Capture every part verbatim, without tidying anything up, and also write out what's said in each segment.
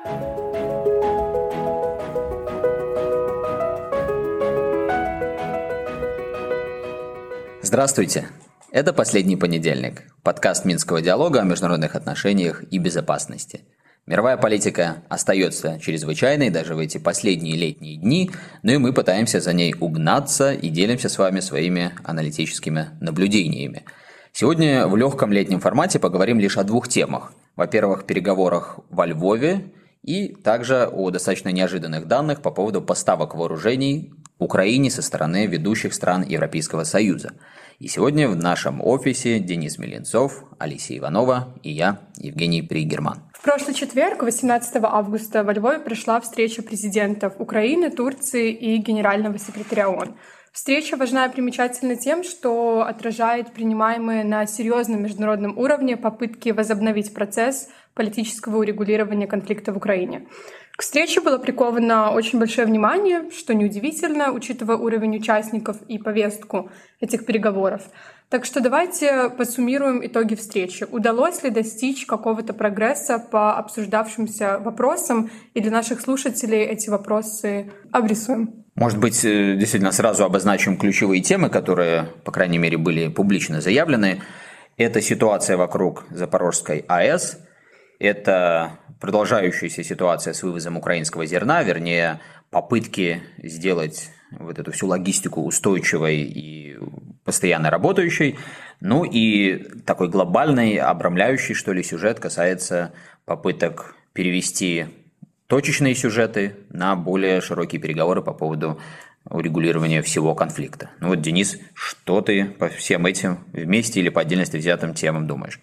Здравствуйте! Это «Последний понедельник» – подкаст Минского диалога о международных отношениях и безопасности. Мировая политика остается чрезвычайной даже в эти последние летние дни, но и мы пытаемся за ней угнаться и делимся с вами своими аналитическими наблюдениями. Сегодня в легком летнем формате поговорим лишь о двух темах. Во-первых, переговорах во Львове и также о достаточно неожиданных данных по поводу поставок вооружений Украине со стороны ведущих стран Европейского Союза. И сегодня в нашем офисе Денис Меленцов, Алисия Иванова и я, Евгений Пригерман. В прошлый четверг, восемнадцатого августа, во Львове прошла встреча президентов Украины, Турции и генерального секретаря ООН. Встреча важна и примечательна тем, что отражает принимаемые на серьезном международном уровне попытки возобновить процесс политического урегулирования конфликта в Украине. К встрече было приковано очень большое внимание, что неудивительно, учитывая уровень участников и повестку этих переговоров. Так что давайте подсуммируем итоги встречи. Удалось ли достичь какого-то прогресса по обсуждавшимся вопросам? И для наших слушателей эти вопросы обрисуем. Может быть, действительно сразу обозначим ключевые темы, которые, по крайней мере, были публично заявлены. Это ситуация вокруг Запорожской АЭС, это продолжающаяся ситуация с вывозом украинского зерна, вернее, попытки сделать вот эту всю логистику устойчивой и постоянно работающей. Ну и такой глобальный, обрамляющий, что ли, сюжет касается попыток перевести точечные сюжеты на более широкие переговоры по поводу урегулирования всего конфликта. Ну вот, Денис, что ты по всем этим вместе или по отдельности взятым темам думаешь?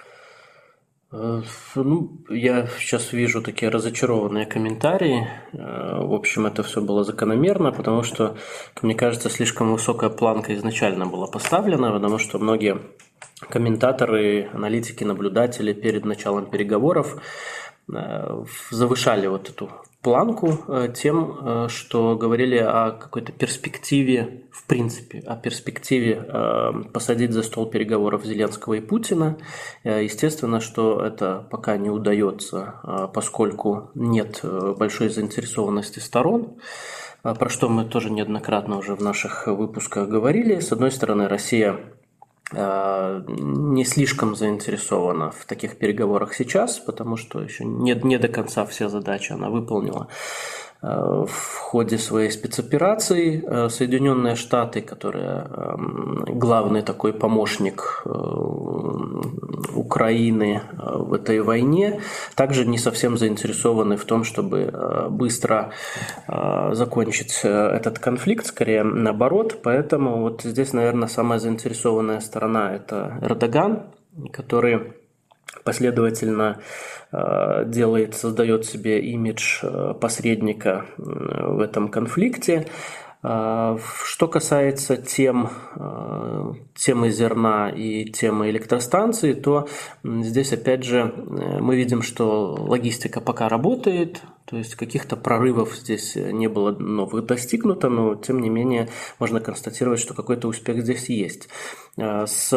Ну, я сейчас вижу такие разочарованные комментарии. В общем, это все было закономерно, потому что, мне кажется, слишком высокая планка изначально была поставлена, потому что многие комментаторы, аналитики, наблюдатели перед началом переговоров завышали вот эту планку тем, что говорили о какой-то перспективе, в принципе, о перспективе посадить за стол переговоров Зеленского и Путина. Естественно, что это пока не удается, поскольку нет большой заинтересованности сторон, про что мы тоже неоднократно уже в наших выпусках говорили. С одной стороны, Россия не слишком заинтересована в таких переговорах сейчас, потому что еще не, не до конца все задачи она выполнила в ходе своей спецоперации. Соединенные Штаты, которые главный такой помощник Украины в этой войне, также не совсем заинтересованы в том, чтобы быстро закончить этот конфликт, скорее наоборот. Поэтому вот здесь, наверное, самая заинтересованная сторона – это Эрдоган, который последовательно делает, создает себе имидж посредника в этом конфликте. Что касается тем, темы зерна и темы электростанций, то здесь опять же мы видим, что логистика пока работает, то есть каких-то прорывов здесь не было новых достигнуто, но тем не менее можно констатировать, что какой-то успех здесь есть. С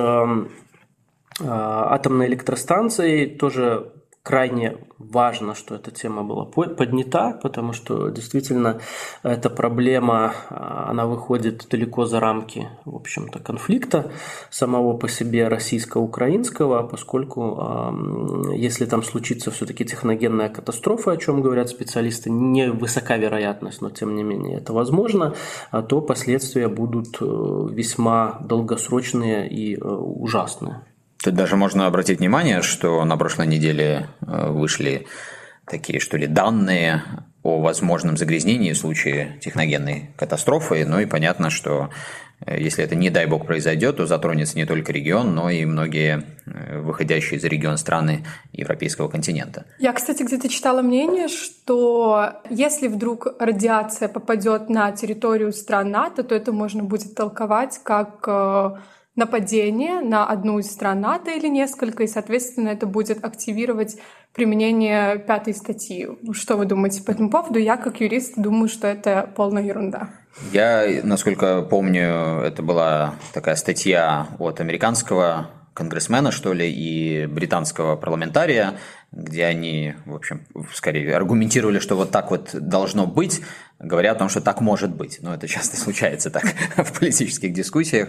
атомной электростанцией тоже крайне важно, что эта тема была поднята, потому что действительно эта проблема, она выходит далеко за рамки, в общем-то, конфликта самого по себе российско-украинского, поскольку если там случится все-таки техногенная катастрофа, о чем говорят специалисты, невысока вероятность, но тем не менее это возможно, то последствия будут весьма долгосрочные и ужасные. Тут даже можно обратить внимание, что на прошлой неделе вышли такие, что ли, данные о возможном загрязнении в случае техногенной катастрофы. Ну и понятно, что если это, не дай бог, произойдет, то затронется не только регион, но и многие выходящие за регион страны европейского континента. Я, кстати, где-то читала мнение, что если вдруг радиация попадет на территорию стран НАТО, то это можно будет толковать как нападение на одну из стран НАТО или несколько, и, соответственно, это будет активировать применение пятой статьи. Что вы думаете по этому поводу? Я, как юрист, думаю, что это полная ерунда. Я, насколько помню, это была такая статья от американского конгрессмена, что ли, и британского парламентария, где они, в общем, скорее аргументировали, что вот так вот должно быть, говоря о том, что так может быть. Но это часто случается так в политических дискуссиях.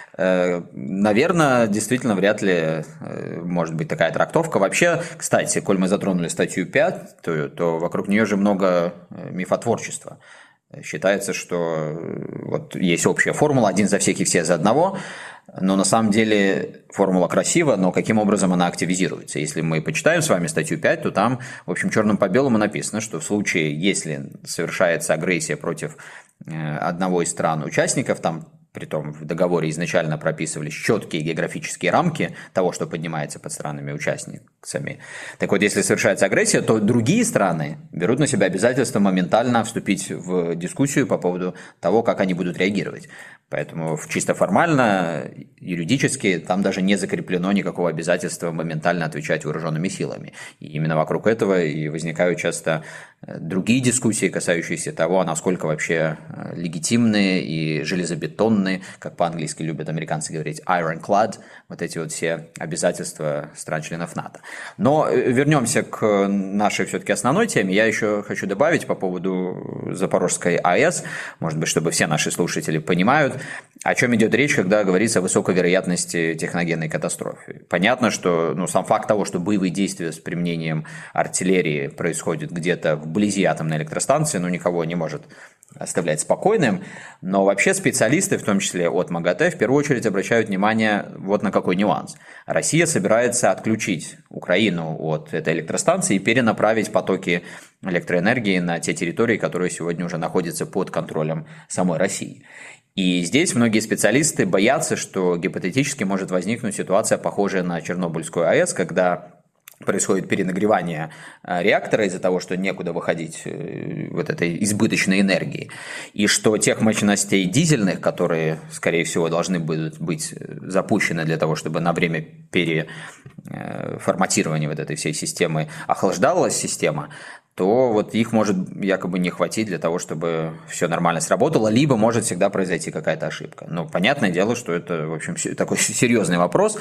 Наверное, действительно, вряд ли может быть такая трактовка. Вообще, кстати, коль мы затронули статью пять, то, то вокруг нее же много мифотворчества. Считается, что вот есть общая формула «один за всех и все за одного», но на самом деле формула красива, но каким образом она активизируется? Если мы почитаем с вами статью пять, то там, в общем, черным по белому написано, что в случае, если совершается агрессия против одного из стран-участников, там притом в договоре изначально прописывались четкие географические рамки того, что поднимается под странами-участницами. Так вот, если совершается агрессия, то другие страны берут на себя обязательство моментально вступить в дискуссию по поводу того, как они будут реагировать. Поэтому чисто формально, юридически, там даже не закреплено никакого обязательства моментально отвечать вооруженными силами. И именно вокруг этого и возникают часто другие дискуссии, касающиеся того, насколько вообще легитимные и железобетонные, как по-английски любят американцы говорить, ironclad, вот эти вот все обязательства стран-членов НАТО. Но вернемся к нашей все-таки основной теме. Я еще хочу добавить по поводу Запорожской АЭС, может быть, чтобы все наши слушатели понимают, о чем идет речь, когда говорится о высокой вероятности техногенной катастрофы. Понятно, что ну, сам факт того, что боевые действия с применением артиллерии происходят где-то вблизи атомной электростанции, ну, никого не может оставлять спокойным, но вообще специалисты, в том числе от МАГАТЭ, в первую очередь обращают внимание вот на какой нюанс. Россия собирается отключить Украину от этой электростанции и перенаправить потоки электроэнергии на те территории, которые сегодня уже находятся под контролем самой России. И здесь многие специалисты боятся, что гипотетически может возникнуть ситуация, похожая на Чернобыльскую АЭС, когда происходит перенагревание реактора из-за того, что некуда выходить вот этой избыточной энергии, и что тех мощностей дизельных, которые, скорее всего, должны будут быть запущены для того, чтобы на время переформатирования вот этой всей системы охлаждалась система, то вот их может якобы не хватить для того, чтобы все нормально сработало, либо может всегда произойти какая-то ошибка. Но понятное дело, что это, в общем, такой серьезный вопрос,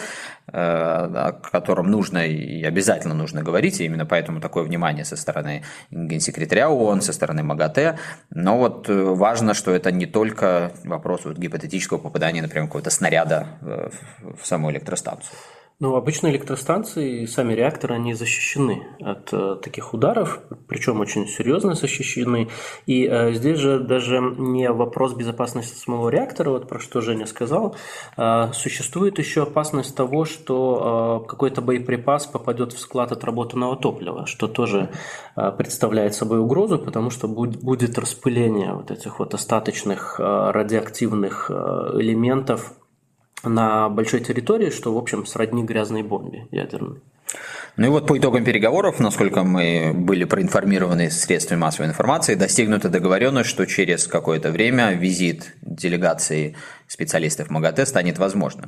о котором нужно и обязательно нужно говорить, и именно поэтому такое внимание со стороны генсекретаря ООН, со стороны МАГАТЭ. Но вот важно, что это не только вопрос вот гипотетического попадания, например, какого-то снаряда в саму электростанцию. Ну, обычно электростанции, сами реакторы, они защищены от э, таких ударов, причем очень серьезно защищены. И э, здесь же даже не вопрос безопасности самого реактора, вот про что Женя сказал. Э, существует еще опасность того, что э, какой-то боеприпас попадет в склад отработанного топлива, что тоже э, представляет собой угрозу, потому что будет, будет распыление вот этих вот остаточных э, радиоактивных э, элементов на большой территории, что, в общем, сродни грязной бомбе ядерной. Ну и вот по итогам переговоров, насколько мы были проинформированы средствами массовой информации, достигнута договоренность, что через какое-то время визит делегации специалистов МАГАТЭ станет возможным.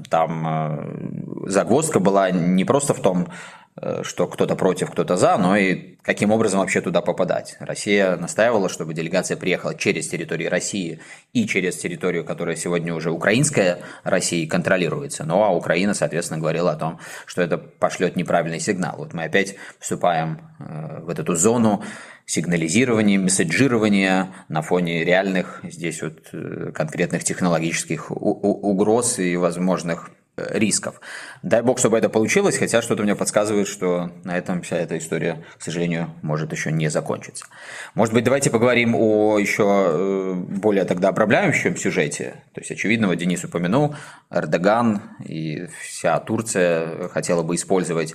Там загвоздка была не просто в том, что кто-то против, кто-то за, но и каким образом вообще туда попадать. Россия настаивала, чтобы делегация приехала через территорию России и через территорию, которая сегодня уже украинская Россия контролируется. Ну а Украина, соответственно, говорила о том, что это пошлет неправильный сигнал. Вот мы опять вступаем в эту зону сигнализирования, месседжирования на фоне реальных здесь вот конкретных технологических угроз и возможных рисков. Дай бог, чтобы это получилось, хотя что-то мне подсказывает, что на этом вся эта история, к сожалению, может еще не закончиться. Может быть, давайте поговорим о еще более тогда обрамляющем сюжете. То есть, очевидно, вот Денис упомянул, Эрдоган и вся Турция хотела бы использовать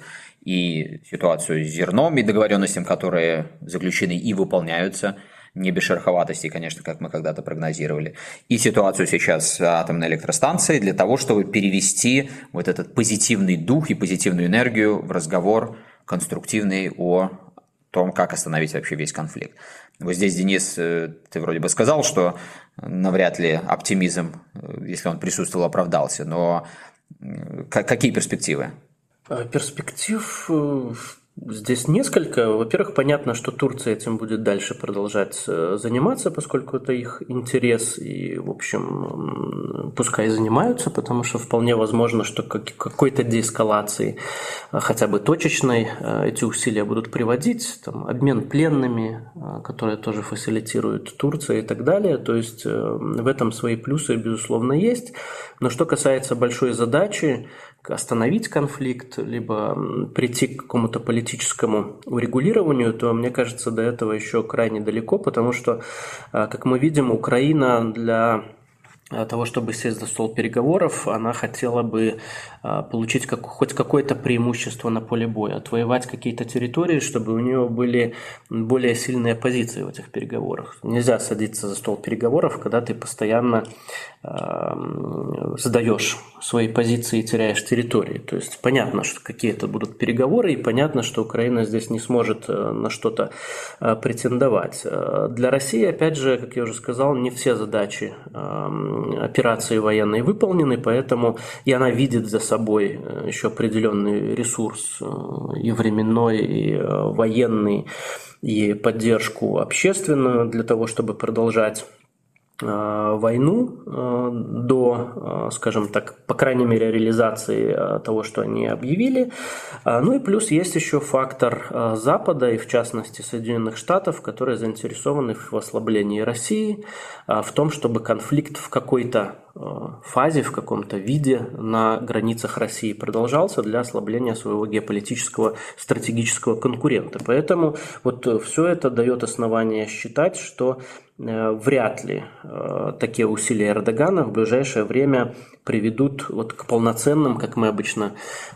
и ситуацию с зерном, и договоренностям, которые заключены и выполняются, не без шероховатостей, конечно, как мы когда-то прогнозировали, и ситуацию сейчас с атомной электростанцией для того, чтобы перевести вот этот позитивный дух и позитивную энергию в разговор конструктивный о том, как остановить вообще весь конфликт. Вот здесь, Денис, ты вроде бы сказал, что навряд ли оптимизм, если он присутствовал, оправдался, но какие перспективы? Перспектив Здесь несколько. Во-первых, понятно, что Турция этим будет дальше продолжать заниматься, поскольку это их интерес, и, в общем, пускай занимаются, потому что вполне возможно, что какой-то деэскалации, хотя бы точечной, эти усилия будут приводить, там, обмен пленными, которые тоже фасилитирует Турция и так далее. То есть в этом свои плюсы, безусловно, есть. Но что касается большой задачи, остановить конфликт, либо прийти к какому-то политическому урегулированию, то, мне кажется, до этого еще крайне далеко, потому что, как мы видим, Украина для того, чтобы сесть за стол переговоров, она хотела бы получить как, хоть какое-то преимущество на поле боя, отвоевать какие-то территории, чтобы у нее были более сильные позиции в этих переговорах. Нельзя садиться за стол переговоров, когда ты постоянно э, сдаешь свои позиции и теряешь территории. То есть понятно, что какие-то будут переговоры, и понятно, что Украина здесь не сможет на что-то претендовать. Для России, опять же, как я уже сказал, не все задачи операции военной выполнены, поэтому и она видит за собой еще определенный ресурс и временной, и военный, и поддержку общественную для того, чтобы продолжать войну до, скажем так, по крайней мере, реализации того, что они объявили. Ну и плюс есть еще фактор Запада, и в частности Соединенных Штатов, которые заинтересованы в ослаблении России, в том, чтобы конфликт в какой-то фазе, в каком-то виде на границах России продолжался для ослабления своего геополитического стратегического конкурента. Поэтому вот все это дает основание считать, что вряд ли такие усилия Эрдогана в ближайшее время приведут вот к полноценным, как мы обычно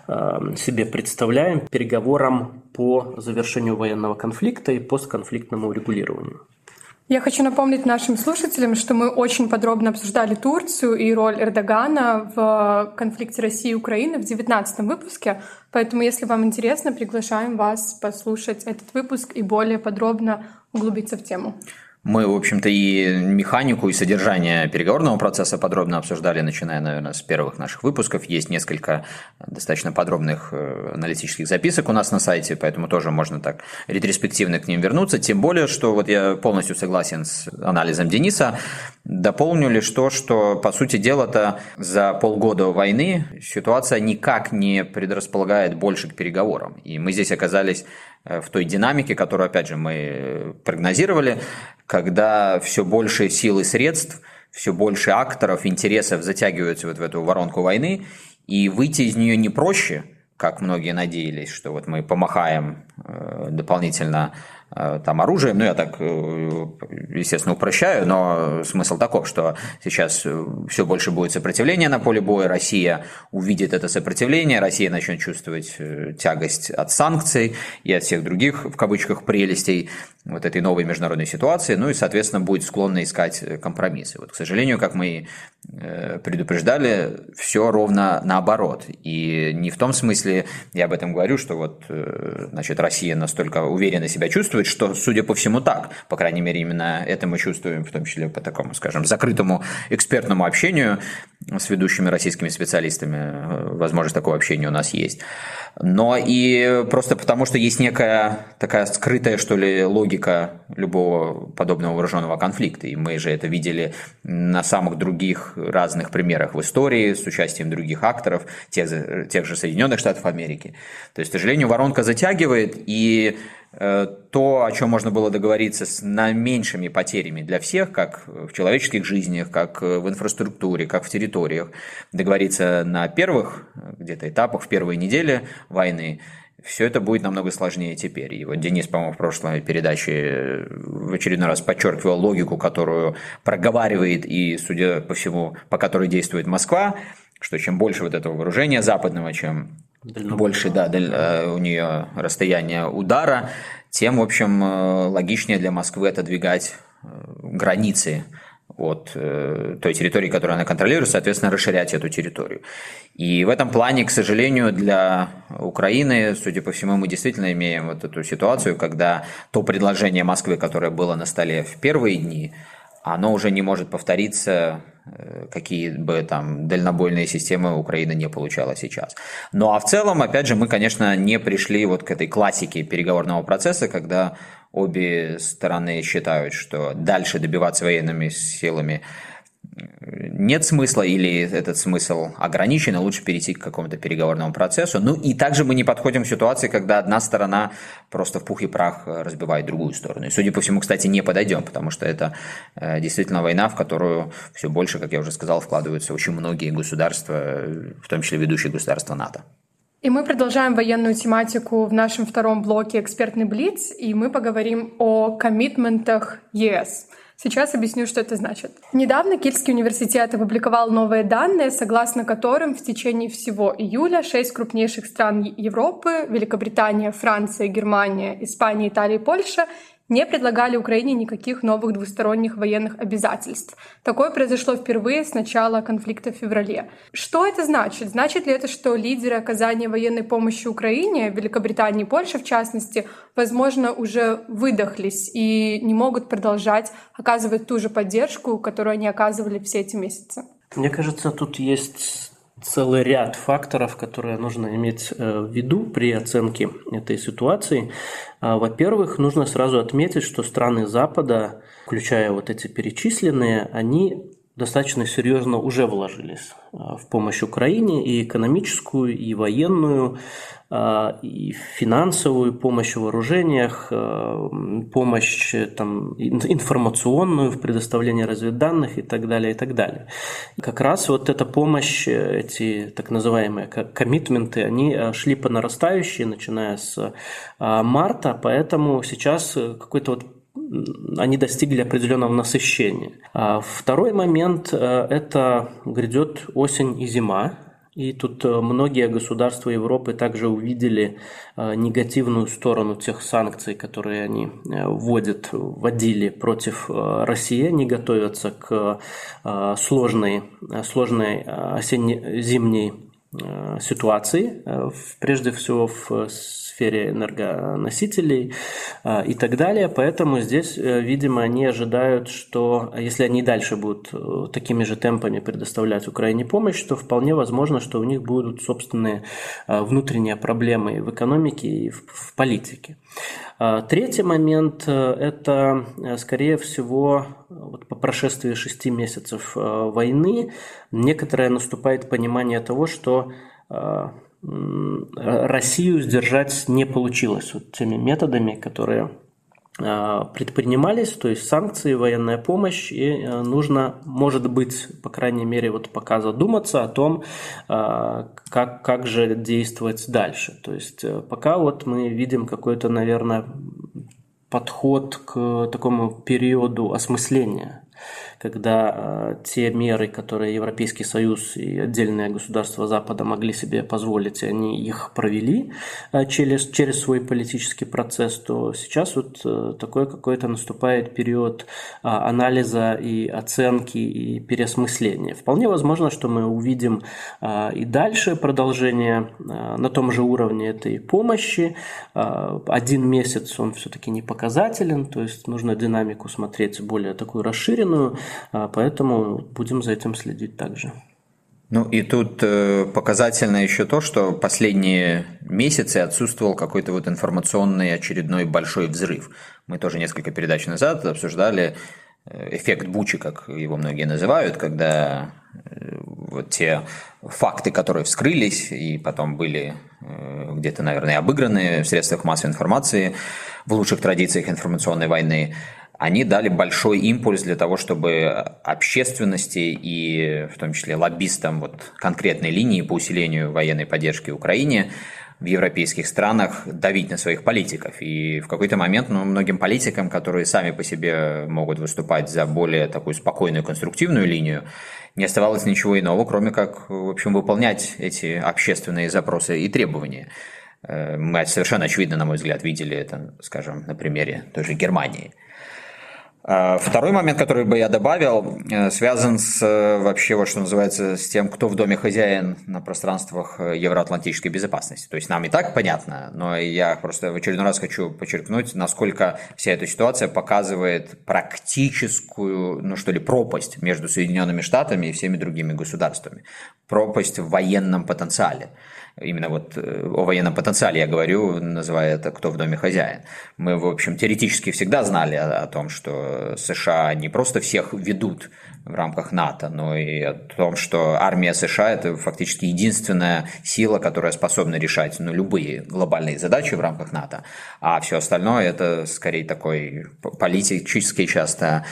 себе представляем, переговорам по завершению военного конфликта и постконфликтному урегулированию. Я хочу напомнить нашим слушателям, что мы очень подробно обсуждали Турцию и роль Эрдогана в конфликте России и Украины в девятнадцатом выпуске, поэтому, если вам интересно, приглашаем вас послушать этот выпуск и более подробно углубиться в тему. Мы, в общем-то, и механику, и содержание переговорного процесса подробно обсуждали, начиная, наверное, с первых наших выпусков. Есть несколько достаточно подробных аналитических записок у нас на сайте, поэтому тоже можно так ретроспективно к ним вернуться. Тем более, что вот я полностью согласен с анализом Дениса. Дополню лишь то, что, по сути дела-то, за полгода войны ситуация никак не предрасполагает больше к переговорам. И мы здесь оказались в той динамике, которую, опять же, мы прогнозировали, когда все больше сил и средств, все больше акторов, интересов затягиваются вот в эту воронку войны, и выйти из нее не проще, как многие надеялись, что вот мы помахаем дополнительно там оружием, ну я так, естественно, упрощаю, но смысл таков, что сейчас все больше будет сопротивления на поле боя, Россия увидит это сопротивление, Россия начнет чувствовать тягость от санкций и от всех других, в кавычках, прелестей вот этой новой международной ситуации, ну и, соответственно, будет склонна искать компромиссы. Вот, к сожалению, как мы предупреждали, все ровно наоборот. И не в том смысле, я об этом говорю, что вот, значит, Россия настолько уверенно себя чувствует, что, судя по всему, так. По крайней мере, именно это мы чувствуем, в том числе по такому, скажем, закрытому экспертному общению с ведущими российскими специалистами. Возможность такого общения у нас есть. Но и просто потому, что есть некая такая скрытая, что ли, логика любого подобного вооруженного конфликта. И мы же это видели на самых других разных примерах в истории с участием других акторов, тех, тех же Соединенных Штатов Америки. То есть, к сожалению, воронка затягивает, и то, о чем можно было договориться с наименьшими потерями для всех, как в человеческих жизнях, как в инфраструктуре, как в территориях, договориться на первых где-то этапах, в первые недели войны, все это будет намного сложнее теперь. И вот Денис, по-моему, в прошлой передаче в очередной раз подчеркивал логику, которую проговаривает и, судя по всему, по которой действует Москва, что чем больше вот этого вооружения западного, чем больше, да, у нее расстояние удара, тем, в общем, логичнее для Москвы отодвигать границы от той территории, которую она контролирует, соответственно, расширять эту территорию. И в этом плане, к сожалению, для Украины, судя по всему, мы действительно имеем вот эту ситуацию, когда то предложение Москвы, которое было на столе в первые дни, оно уже не может повториться, какие бы там дальнобойные системы Украина не получала сейчас. Ну а в целом, опять же, мы, конечно, не пришли вот к этой классике переговорного процесса, когда обе стороны считают, что дальше добиваться военными силами нет смысла или этот смысл ограничен, и лучше перейти к какому-то переговорному процессу. Ну и также мы не подходим к ситуации, когда одна сторона просто в пух и прах разбивает другую сторону. И, судя по всему, кстати, не подойдем, потому что это действительно война, в которую все больше, как я уже сказал, вкладываются очень многие государства, в том числе ведущие государства НАТО. И мы продолжаем военную тематику в нашем втором блоке «Экспертный блиц», и мы поговорим о коммитментах ЕС. Сейчас объясню, что это значит. Недавно Кильский университет опубликовал новые данные, согласно которым в течение всего июля шесть крупнейших стран Европы — Великобритания, Франция, Германия, Испания, Италия и Польша — не предлагали Украине никаких новых двусторонних военных обязательств. Такое произошло впервые с начала конфликта в феврале. Что это значит? Значит ли это, что лидеры оказания военной помощи Украине, Великобритании и Польше в частности, возможно, уже выдохлись и не могут продолжать оказывать ту же поддержку, которую они оказывали все эти месяцы? Мне кажется, тут есть целый ряд факторов, которые нужно иметь в виду при оценке этой ситуации. Во-первых, нужно сразу отметить, что страны Запада, включая вот эти перечисленные, они достаточно серьезно уже вложились в помощь Украине, и экономическую, и военную, и финансовую помощь в вооружениях, помощь там, информационную в предоставлении разведданных и так далее, и так далее. И как раз вот эта помощь, эти так называемые коммитменты, они шли по нарастающей, начиная с марта, поэтому сейчас какой-то вот они достигли определенного насыщения. Второй момент – это грядет осень и зима. И тут многие государства Европы также увидели негативную сторону тех санкций, которые они вводят, вводили против России. Они готовятся к сложной, сложной осенне-зимней ситуации, прежде всего в сфере энергоносителей и так далее. Поэтому здесь, видимо, они ожидают, что если они дальше будут такими же темпами предоставлять Украине помощь, то вполне возможно, что у них будут собственные внутренние проблемы в экономике и в политике. Третий момент – это, скорее всего, вот по прошествии шести месяцев войны некоторое наступает понимание того, что Россию сдержать не получилось вот теми методами, которые предпринимались, то есть санкции, военная помощь, и нужно, может быть, по крайней мере, вот пока задуматься о том, как, как же действовать дальше. То есть пока вот мы видим какой-то, наверное, подход к такому периоду осмысления, когда э, те меры, которые Европейский Союз и отдельные государства Запада могли себе позволить, они их провели э, через, через свой политический процесс, то сейчас вот э, такой какой-то наступает период э, анализа и оценки и переосмысления. Вполне возможно, что мы увидим э, и дальше продолжение э, на том же уровне этой помощи. Э, один месяц он все-таки не показателен, то есть нужно динамику смотреть более такую расширенную, поэтому будем за этим следить также. Ну и тут показательно еще то, что последние месяцы отсутствовал какой-то вот информационный очередной большой взрыв. Мы тоже несколько передач назад обсуждали эффект Бучи, как его многие называют, когда вот те факты, которые вскрылись и потом были где-то, наверное, обыграны в средствах массовой информации в лучших традициях информационной войны, они дали большой импульс для того, чтобы общественности и в том числе лоббистам вот конкретной линии по усилению военной поддержки Украине в европейских странах давить на своих политиков. И в какой-то момент ну, многим политикам, которые сами по себе могут выступать за более такую спокойную, конструктивную линию, не оставалось ничего иного, кроме как, в общем, выполнять эти общественные запросы и требования. Мы совершенно очевидно, на мой взгляд, видели это, скажем, на примере той же Германии. Второй момент, который бы я добавил, связан с вообще, вот что называется, с тем, кто в доме хозяин на пространствах евроатлантической безопасности. То есть нам и так понятно, но я просто в очередной раз хочу подчеркнуть, насколько вся эта ситуация показывает практическую, ну что ли, пропасть между Соединенными Штатами и всеми другими государствами. Пропасть в военном потенциале. Именно вот о военном потенциале я говорю, называя это «кто в доме хозяин». Мы, в общем, теоретически всегда знали о, о том, что США не просто всех ведут в рамках НАТО, но и о том, что армия США – это фактически единственная сила, которая способна решать ну, любые глобальные задачи в рамках НАТО, а все остальное – это скорее такой политический часто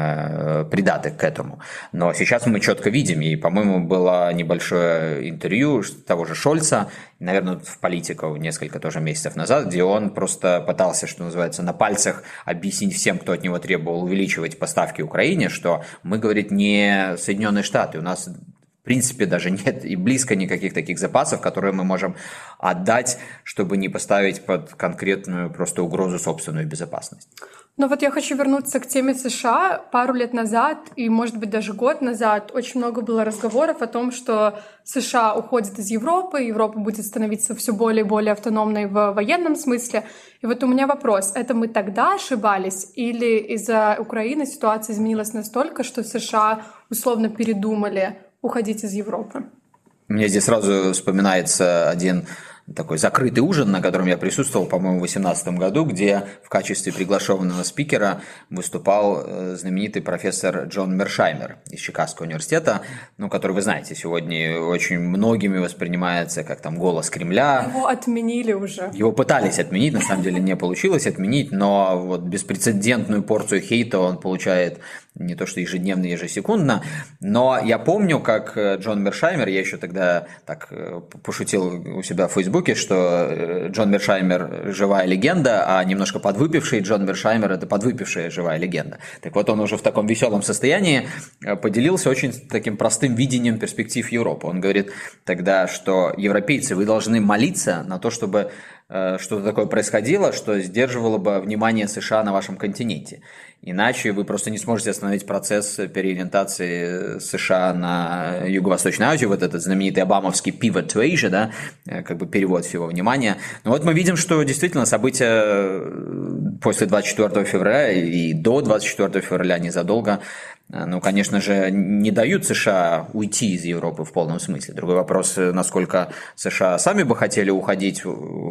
э, придаток к этому. Но сейчас мы четко видим, и, по-моему, было небольшое интервью того же Шольца, наверное, в «Политику» несколько тоже месяцев назад, где он просто пытался, что называется, на пальцах объяснить всем, кто от него требовал увеличивать поставки Украине, что мы, говорит, не Соединенные Штаты, у нас в принципе даже нет и близко никаких таких запасов, которые мы можем отдать, чтобы не поставить под конкретную просто угрозу собственную безопасность. Но вот я хочу вернуться к теме США. Пару лет назад, и, может быть, даже год назад, очень много было разговоров о том, что США уходит из Европы, Европа будет становиться все более и более автономной в военном смысле. И вот у меня вопрос, это мы тогда ошибались, или из-за Украины ситуация изменилась настолько, что США условно передумали уходить из Европы? Мне здесь сразу вспоминается один такой закрытый ужин, на котором я присутствовал, по-моему, в две тысячи восемнадцатом году, где в качестве приглашенного спикера выступал знаменитый профессор Джон Мершаймер из Чикагского университета, ну, который, вы знаете, сегодня очень многими воспринимается как там голос Кремля. Его отменили уже. Его пытались отменить, на самом деле не получилось отменить, но вот беспрецедентную порцию хейта он получает не то что ежедневно, ежесекундно, но я помню, как Джон Мершаймер, я еще тогда так пошутил у себя в Фейсбуке, что Джон Мершаймер – живая легенда, а немножко подвыпивший Джон Мершаймер – это подвыпившая живая легенда. Так вот, он уже в таком веселом состоянии поделился очень таким простым видением перспектив Европы. Он говорит тогда, что европейцы, вы должны молиться на то, чтобы что-то такое происходило, что сдерживало бы внимание США на вашем континенте. Иначе вы просто не сможете остановить процесс переориентации США на Юго-Восточную Азию, вот этот знаменитый обамовский pivot to Asia, да, как бы перевод всего внимания. Но вот мы видим, что действительно события после двадцать четвёртого февраля и до двадцать четвёртого февраля незадолго, ну, конечно же, не дают США уйти из Европы в полном смысле. Другой вопрос, насколько США сами бы хотели уходить,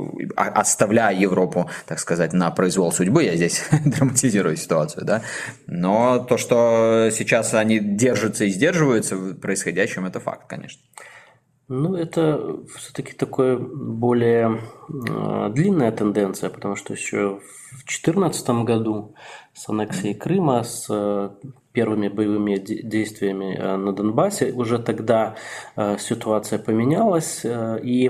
оставляя Европу, так сказать, на произвол судьбы. Я здесь драматизирую ситуацию, да. Но то, что сейчас они держатся и сдерживаются в происходящем, это факт, конечно. Ну, это все-таки такая более э, длинная тенденция, потому что еще в две тысячи четырнадцатом году с аннексией Крыма, с э, первыми боевыми действиями э, на Донбассе, уже тогда э, ситуация поменялась, э, и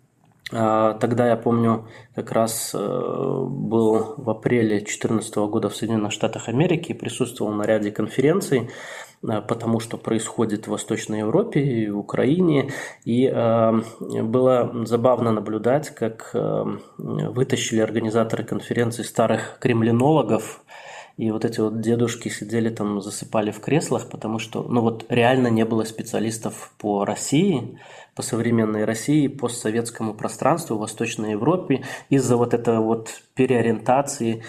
э, тогда, я помню, как раз э, был в апреле две тысячи четырнадцатого года в Соединенных Штатах Америки, присутствовал на ряде конференций, потому что происходит в Восточной Европе и в Украине. И э, было забавно наблюдать, как э, вытащили организаторы конференции старых кремлинологов, и вот эти вот дедушки сидели там, засыпали в креслах, потому что ну вот реально не было специалистов по России, по современной России, постсоветскому пространству в Восточной Европе из-за вот этой вот переориентации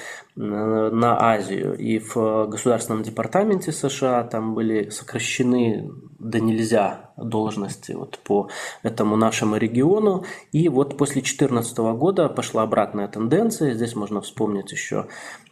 на Азию. И в Государственном департаменте США там были сокращены да нельзя должности вот по этому нашему региону. И вот после две тысячи четырнадцатого года пошла обратная тенденция. Здесь можно вспомнить еще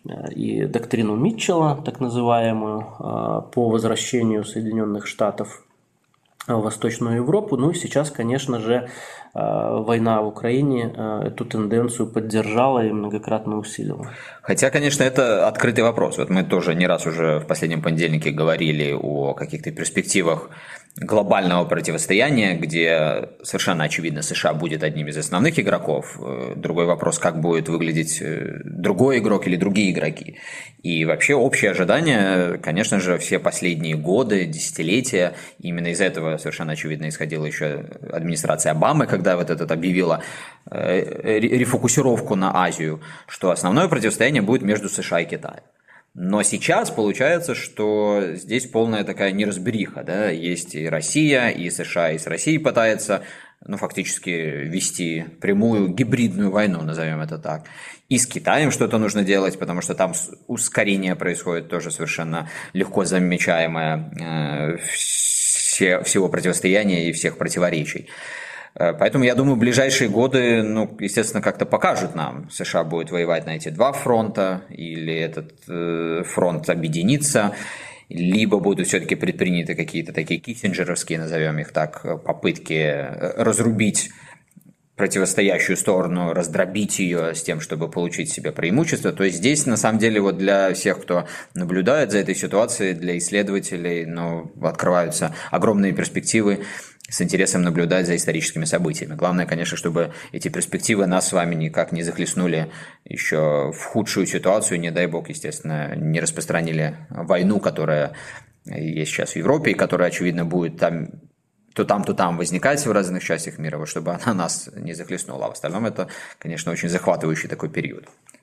и доктрину Митчелла, так называемую, по возвращению Соединенных Штатов в Восточную Европу. Ну и сейчас, конечно же, война в Украине эту тенденцию поддержала и многократно усилила. Хотя, конечно, это открытый вопрос. Вот мы тоже не раз уже в последнем понедельнике говорили о каких-то перспективах глобального противостояния, где совершенно очевидно США будет одним из основных игроков. Другой вопрос, как будет выглядеть другой игрок или другие игроки. И вообще общее ожидание, конечно же, все последние годы, десятилетия, именно из этого совершенно очевидно исходила еще администрация Обамы, когда вот этот объявила рефокусировку на Азию, что основное противостояние будет между США и Китаем. Но сейчас получается, что здесь полная такая неразбериха, да, есть и Россия, и США, и с Россией пытается, ну, фактически вести прямую гибридную войну, назовем это так. И с Китаем что-то нужно делать, потому что там ускорение происходит тоже совершенно легко замечаемое э, все, всего противостояния и всех противоречий. Поэтому, я думаю, ближайшие годы, ну, естественно, как-то покажут нам, США будет воевать на эти два фронта, или этот э, фронт объединится, либо будут все-таки предприняты какие-то такие киссинджеровские, назовем их так, попытки разрубить противостоящую сторону, раздробить ее с тем, чтобы получить себе преимущество. То есть здесь, на самом деле, вот для всех, кто наблюдает за этой ситуацией, для исследователей, ну, открываются огромные перспективы с интересом наблюдать за историческими событиями. Главное, конечно, чтобы эти перспективы нас с вами никак не захлестнули еще в худшую ситуацию, не дай бог, естественно, не распространили войну, которая есть сейчас в Европе, и которая, очевидно, будет там то там, то там возникать в разных частях мира, вот чтобы она нас не захлестнула. А в остальном это, конечно, очень захватывающий такой период.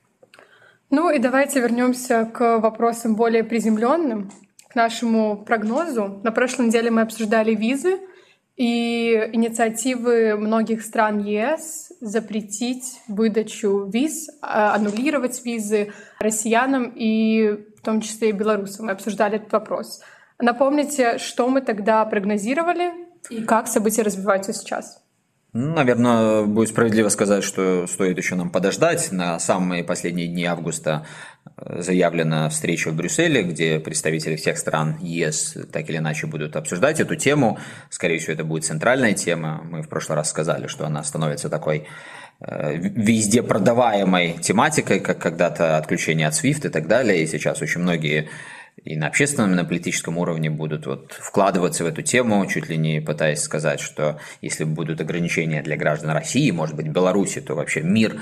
Ну и давайте вернемся к вопросам более приземленным, к нашему прогнозу. На прошлой неделе мы обсуждали визы и инициативы многих стран ЕС запретить выдачу виз, аннулировать визы россиянам и в том числе и белорусам. Мы обсуждали этот вопрос. Напомните, что мы тогда прогнозировали и как события развиваются сейчас? Наверное, будет справедливо сказать, что стоит еще нам подождать. На самые последние дни августа заявлена встреча в Брюсселе, где представители всех стран ЕС так или иначе будут обсуждать эту тему. Скорее всего, это будет центральная тема. Мы в прошлый раз сказали, что она становится такой везде продаваемой тематикой, как когда-то отключение от свифт и так далее. И сейчас очень многие и на общественном, и на политическом уровне будут вот вкладываться в эту тему, чуть ли не пытаясь сказать, что если будут ограничения для граждан России, может быть, Беларуси, то вообще мир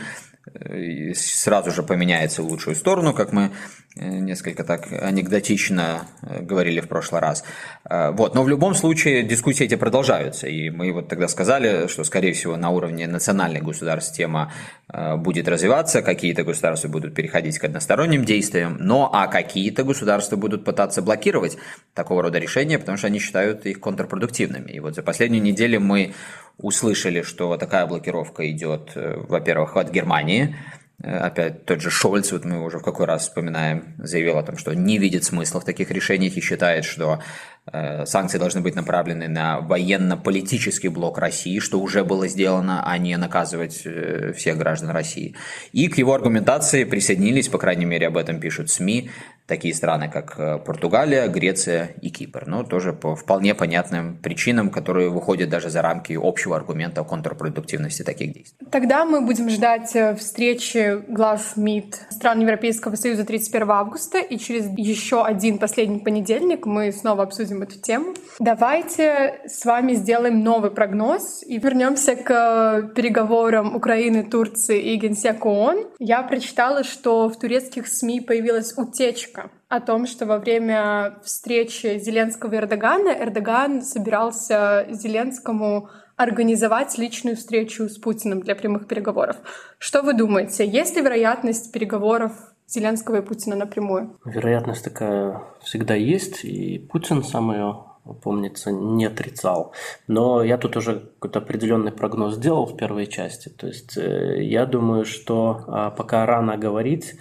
сразу же поменяется в лучшую сторону, как мы несколько так анекдотично говорили в прошлый раз. Вот. Но в любом случае дискуссии эти продолжаются, и мы вот тогда сказали, что, скорее всего, на уровне национальных государств тема будет развиваться, какие-то государства будут переходить к односторонним действиям, но а какие-то государства будут пытаться блокировать такого рода решения, потому что они считают их контрпродуктивными. И вот за последнюю неделю мы услышали, что такая блокировка идет, во-первых, от Германии. Опять тот же Шольц, вот мы уже в какой раз вспоминаем, заявил о том, что не видит смысла в таких решениях и считает, что э, санкции должны быть направлены на военно-политический блок России, что уже было сделано, а не наказывать э, всех граждан России. И к его аргументации присоединились, по крайней мере, об этом пишут СМИ, такие страны, как Португалия, Греция и Кипр. Но тоже по вполне понятным причинам, которые выходят даже за рамки общего аргумента о контрпродуктивности таких действий. Тогда мы будем ждать встречи глав МИД стран Европейского Союза тридцать первого августа, и через еще один последний понедельник мы снова обсудим эту тему. Давайте с вами сделаем новый прогноз и вернемся к переговорам Украины, Турции и Генсека ООН. Я прочитала, что в турецких СМИ появилась утечка о том, что во время встречи Зеленского и Эрдогана Эрдоган собирался Зеленскому организовать личную встречу с Путиным для прямых переговоров. Что вы думаете, есть ли вероятность переговоров Зеленского и Путина напрямую? Вероятность такая всегда есть, и Путин сам ее, помнится, не отрицал. Но я тут уже какой-то определенный прогноз сделал в первой части. То есть я думаю, что пока рано говорить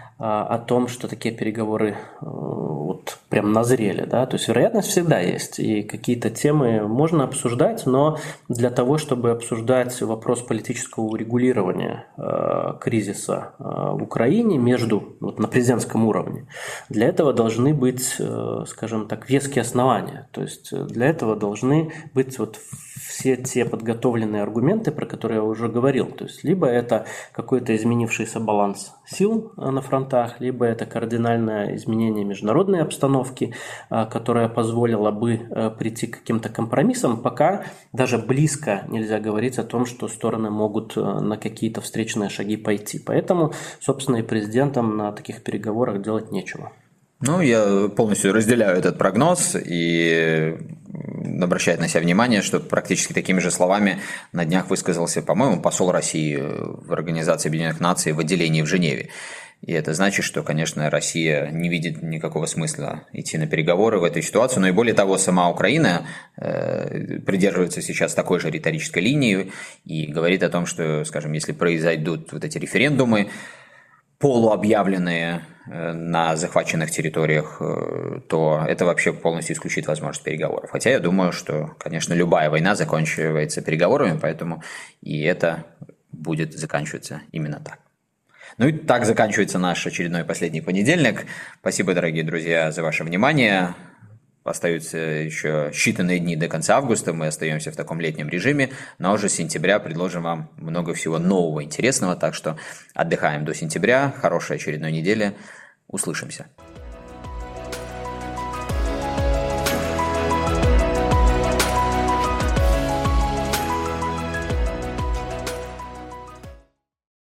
о том, что такие переговоры вот прям назрели, да, то есть вероятность всегда есть, и какие-то темы можно обсуждать, но для того, чтобы обсуждать вопрос политического урегулирования э, кризиса э, в Украине между, вот на президентском уровне, для этого должны быть, э, скажем так, веские основания, то есть для этого должны быть вот все те подготовленные аргументы, про которые я уже говорил, то есть либо это какой-то изменившийся баланс сил на фронтах, либо это кардинальное изменение международной обстановки, которая позволила бы прийти к каким-то компромиссам, пока даже близко нельзя говорить о том, что стороны могут на какие-то встречные шаги пойти. Поэтому, собственно, и президентам на таких переговорах делать нечего. Ну, я полностью разделяю этот прогноз и обращает на себя внимание, что практически такими же словами на днях высказался, по-моему, посол России в Организации Объединенных Наций в отделении в Женеве. И это значит, что, конечно, Россия не видит никакого смысла идти на переговоры в этой ситуации. Но и более того, сама Украина э, придерживается сейчас такой же риторической линии и говорит о том, что, скажем, если произойдут вот эти референдумы, полуобъявленные э, на захваченных территориях, э, то это вообще полностью исключит возможность переговоров. Хотя я думаю, что, конечно, любая война заканчивается переговорами, поэтому и это будет заканчиваться именно так. Ну и так заканчивается наш очередной последний понедельник. Спасибо, дорогие друзья, за ваше внимание. Остаются еще считанные дни до конца августа, мы остаемся в таком летнем режиме, но уже с сентября предложим вам много всего нового, интересного, так что отдыхаем до сентября, хорошей очередной недели, услышимся.